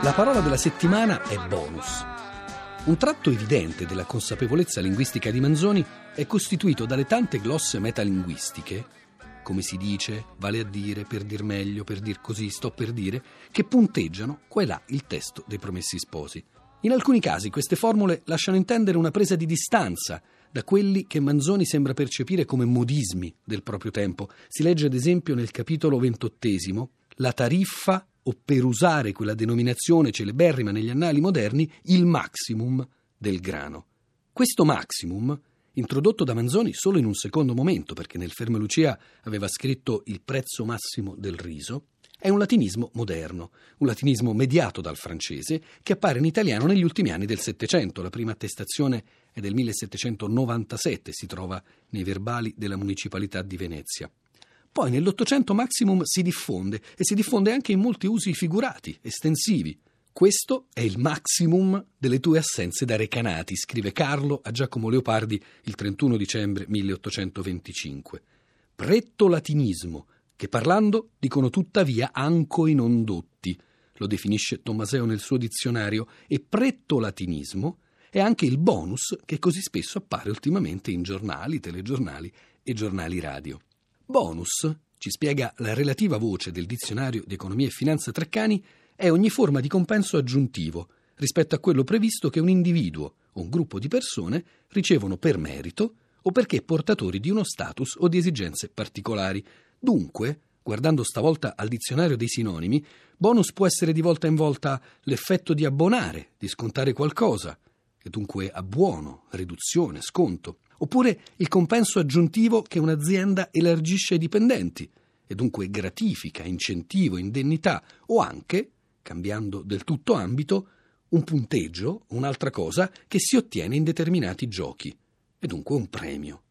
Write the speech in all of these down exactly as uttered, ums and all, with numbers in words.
La parola della settimana è bonus. Un tratto evidente della consapevolezza linguistica di Manzoni è costituito dalle tante glosse metalinguistiche, come si dice, vale a dire, per dir meglio, per dir così, sto per dire, che punteggiano qua e là il testo dei Promessi Sposi. In alcuni casi queste formule lasciano intendere una presa di distanza da quelli che Manzoni sembra percepire come modismi del proprio tempo. Si legge ad esempio nel capitolo ventottesimo la tariffa, o per usare quella denominazione celeberrima negli annali moderni, il maximum del grano. Questo maximum, introdotto da Manzoni solo in un secondo momento, perché nel Fermo Lucia aveva scritto il prezzo massimo del riso, è un latinismo moderno, un latinismo mediato dal francese che appare in italiano negli ultimi anni del Settecento. La prima attestazione è del millesettecentonovantasette, si trova nei verbali della municipalità di Venezia. Poi nell'Ottocento maximum si diffonde e si diffonde anche in molti usi figurati, estensivi. Questo è il maximum delle tue assenze da recanati, scrive Carlo a Giacomo Leopardi il trentuno dicembre milleottocentoventicinque. Pretto latinismo, che parlando dicono tuttavia anco i non dotti, lo definisce Tommaseo nel suo dizionario, e pretto latinismo è anche il bonus che così spesso appare ultimamente in giornali, telegiornali e giornali radio. Bonus, ci spiega la relativa voce del dizionario di economia e finanza Treccani, è ogni forma di compenso aggiuntivo rispetto a quello previsto che un individuo o un gruppo di persone ricevono per merito o perché portatori di uno status o di esigenze particolari. Dunque, guardando stavolta al dizionario dei sinonimi, bonus può essere di volta in volta l'effetto di abbonare, di scontare qualcosa, e dunque abbuono, riduzione, sconto, oppure il compenso aggiuntivo che un'azienda elargisce ai dipendenti, e dunque gratifica, incentivo, indennità, o anche, cambiando del tutto ambito, un punteggio, un'altra cosa, che si ottiene in determinati giochi, e dunque un premio.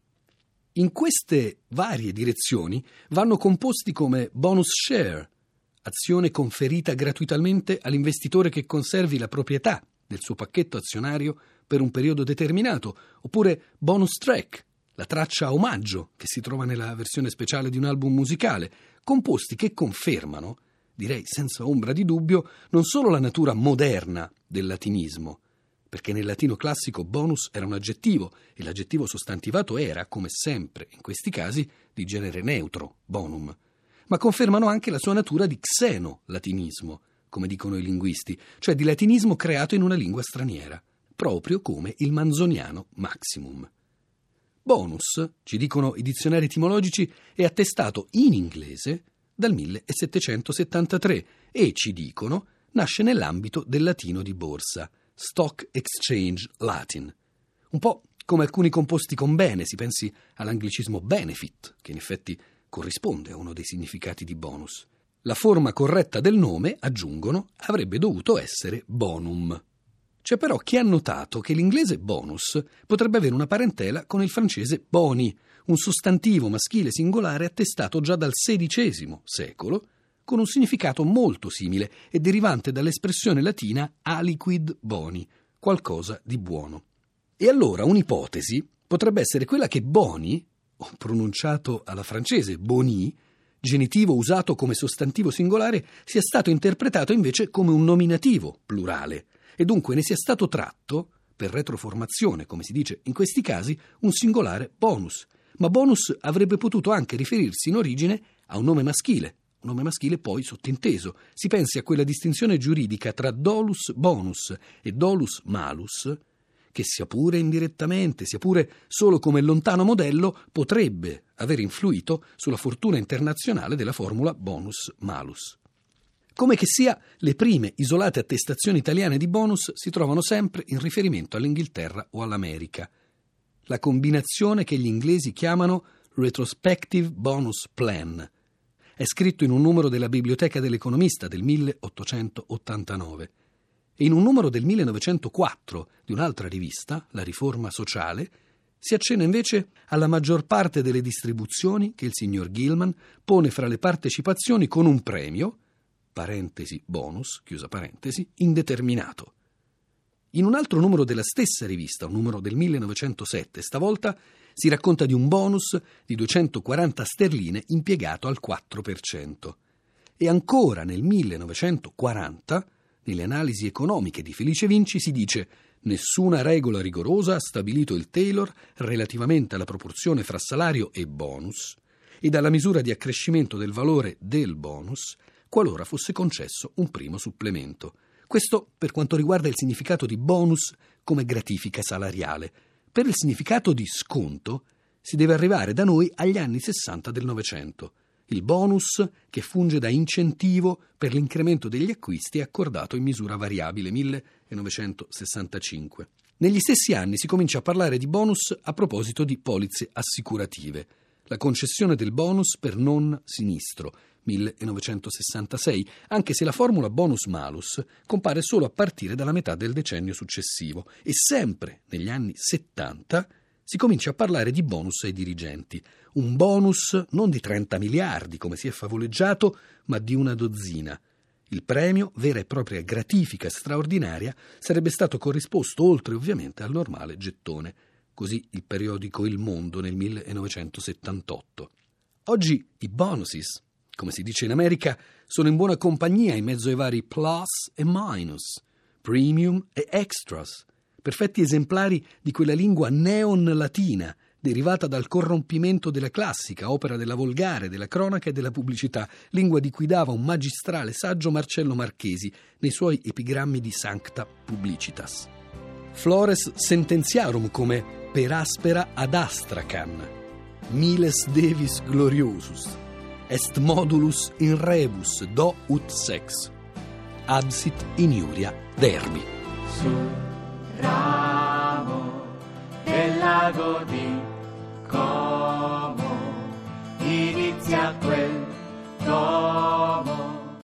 In queste varie direzioni vanno composti come bonus share, azione conferita gratuitamente all'investitore che conservi la proprietà del suo pacchetto azionario per un periodo determinato, oppure bonus track, la traccia a omaggio che si trova nella versione speciale di un album musicale, composti che confermano, direi senza ombra di dubbio, non solo la natura moderna del latinismo, perché nel latino classico bonus era un aggettivo e l'aggettivo sostantivato era, come sempre in questi casi, di genere neutro, bonum, ma confermano anche la sua natura di xeno-latinismo, come dicono i linguisti, cioè di latinismo creato in una lingua straniera, proprio come il manzoniano maximum. Bonus, ci dicono i dizionari etimologici, è attestato in inglese dal millesettecentosettantatré e, ci dicono, nasce nell'ambito del latino di borsa, Stock Exchange Latin. Un po' come alcuni composti con bene, si pensi all'anglicismo benefit, che in effetti corrisponde a uno dei significati di bonus. La forma corretta del nome, aggiungono, avrebbe dovuto essere bonum. C'è però chi ha notato che l'inglese bonus potrebbe avere una parentela con il francese boni, un sostantivo maschile singolare attestato già dal sedicesimo secolo, con un significato molto simile e derivante dall'espressione latina aliquid boni, qualcosa di buono. E allora un'ipotesi potrebbe essere quella che boni, o pronunciato alla francese boni, genitivo usato come sostantivo singolare, sia stato interpretato invece come un nominativo plurale e dunque ne sia stato tratto, per retroformazione, come si dice in questi casi, un singolare bonus. Ma bonus avrebbe potuto anche riferirsi in origine a un nome maschile, un nome maschile poi sottinteso. Si pensi a quella distinzione giuridica tra dolus bonus e dolus malus, che sia pure indirettamente, sia pure solo come lontano modello, potrebbe aver influito sulla fortuna internazionale della formula bonus malus. Come che sia, le prime isolate attestazioni italiane di bonus si trovano sempre in riferimento all'Inghilterra o all'America. La combinazione che gli inglesi chiamano Retrospective Bonus Plan è scritto in un numero della Biblioteca dell'Economista del milleottocentottantanove. E in un numero del millenovecentoquattro di un'altra rivista, La Riforma Sociale, si accenna invece alla maggior parte delle distribuzioni che il signor Gilman pone fra le partecipazioni con un premio, parentesi bonus, chiusa parentesi, indeterminato. In un altro numero della stessa rivista, un numero del millenovecentosette, stavolta si racconta di un bonus di duecentoquaranta sterline impiegato al quattro per cento. E ancora nel millenovecentoquaranta nelle analisi economiche di Felice Vinci si dice: nessuna regola rigorosa ha stabilito il Taylor relativamente alla proporzione fra salario e bonus e dalla misura di accrescimento del valore del bonus qualora fosse concesso un primo supplemento. Questo per quanto riguarda il significato di bonus come gratifica salariale. Per il significato di sconto si deve arrivare da noi agli anni sessanta del Novecento. Il bonus che funge da incentivo per l'incremento degli acquisti è accordato in misura variabile, millenovecentosessantacinque. Negli stessi anni si comincia a parlare di bonus a proposito di polizze assicurative. La concessione del bonus per non sinistro, millenovecentosessantasei, anche se la formula bonus-malus compare solo a partire dalla metà del decennio successivo, e sempre negli anni settanta si comincia a parlare di bonus ai dirigenti. Un bonus non di trenta miliardi, come si è favoleggiato, ma di una dozzina. Il premio, vera e propria gratifica straordinaria, sarebbe stato corrisposto oltre ovviamente al normale gettone. Così il periodico Il Mondo nel millenovecentosettantotto. Oggi i bonuses, come si dice in America, sono in buona compagnia in mezzo ai vari plus e minus, premium e extras, perfetti esemplari di quella lingua neon-latina derivata dal corrompimento della classica, opera della volgare, della cronaca e della pubblicità, lingua di cui dava un magistrale saggio Marcello Marchesi nei suoi epigrammi di Sancta Publicitas. Flores sententiarum come per aspera ad astracan, miles devis gloriosus, est modulus in rebus do ut sex, absit iniuria derbi. Sul ramo del lago di Como inizia quel domo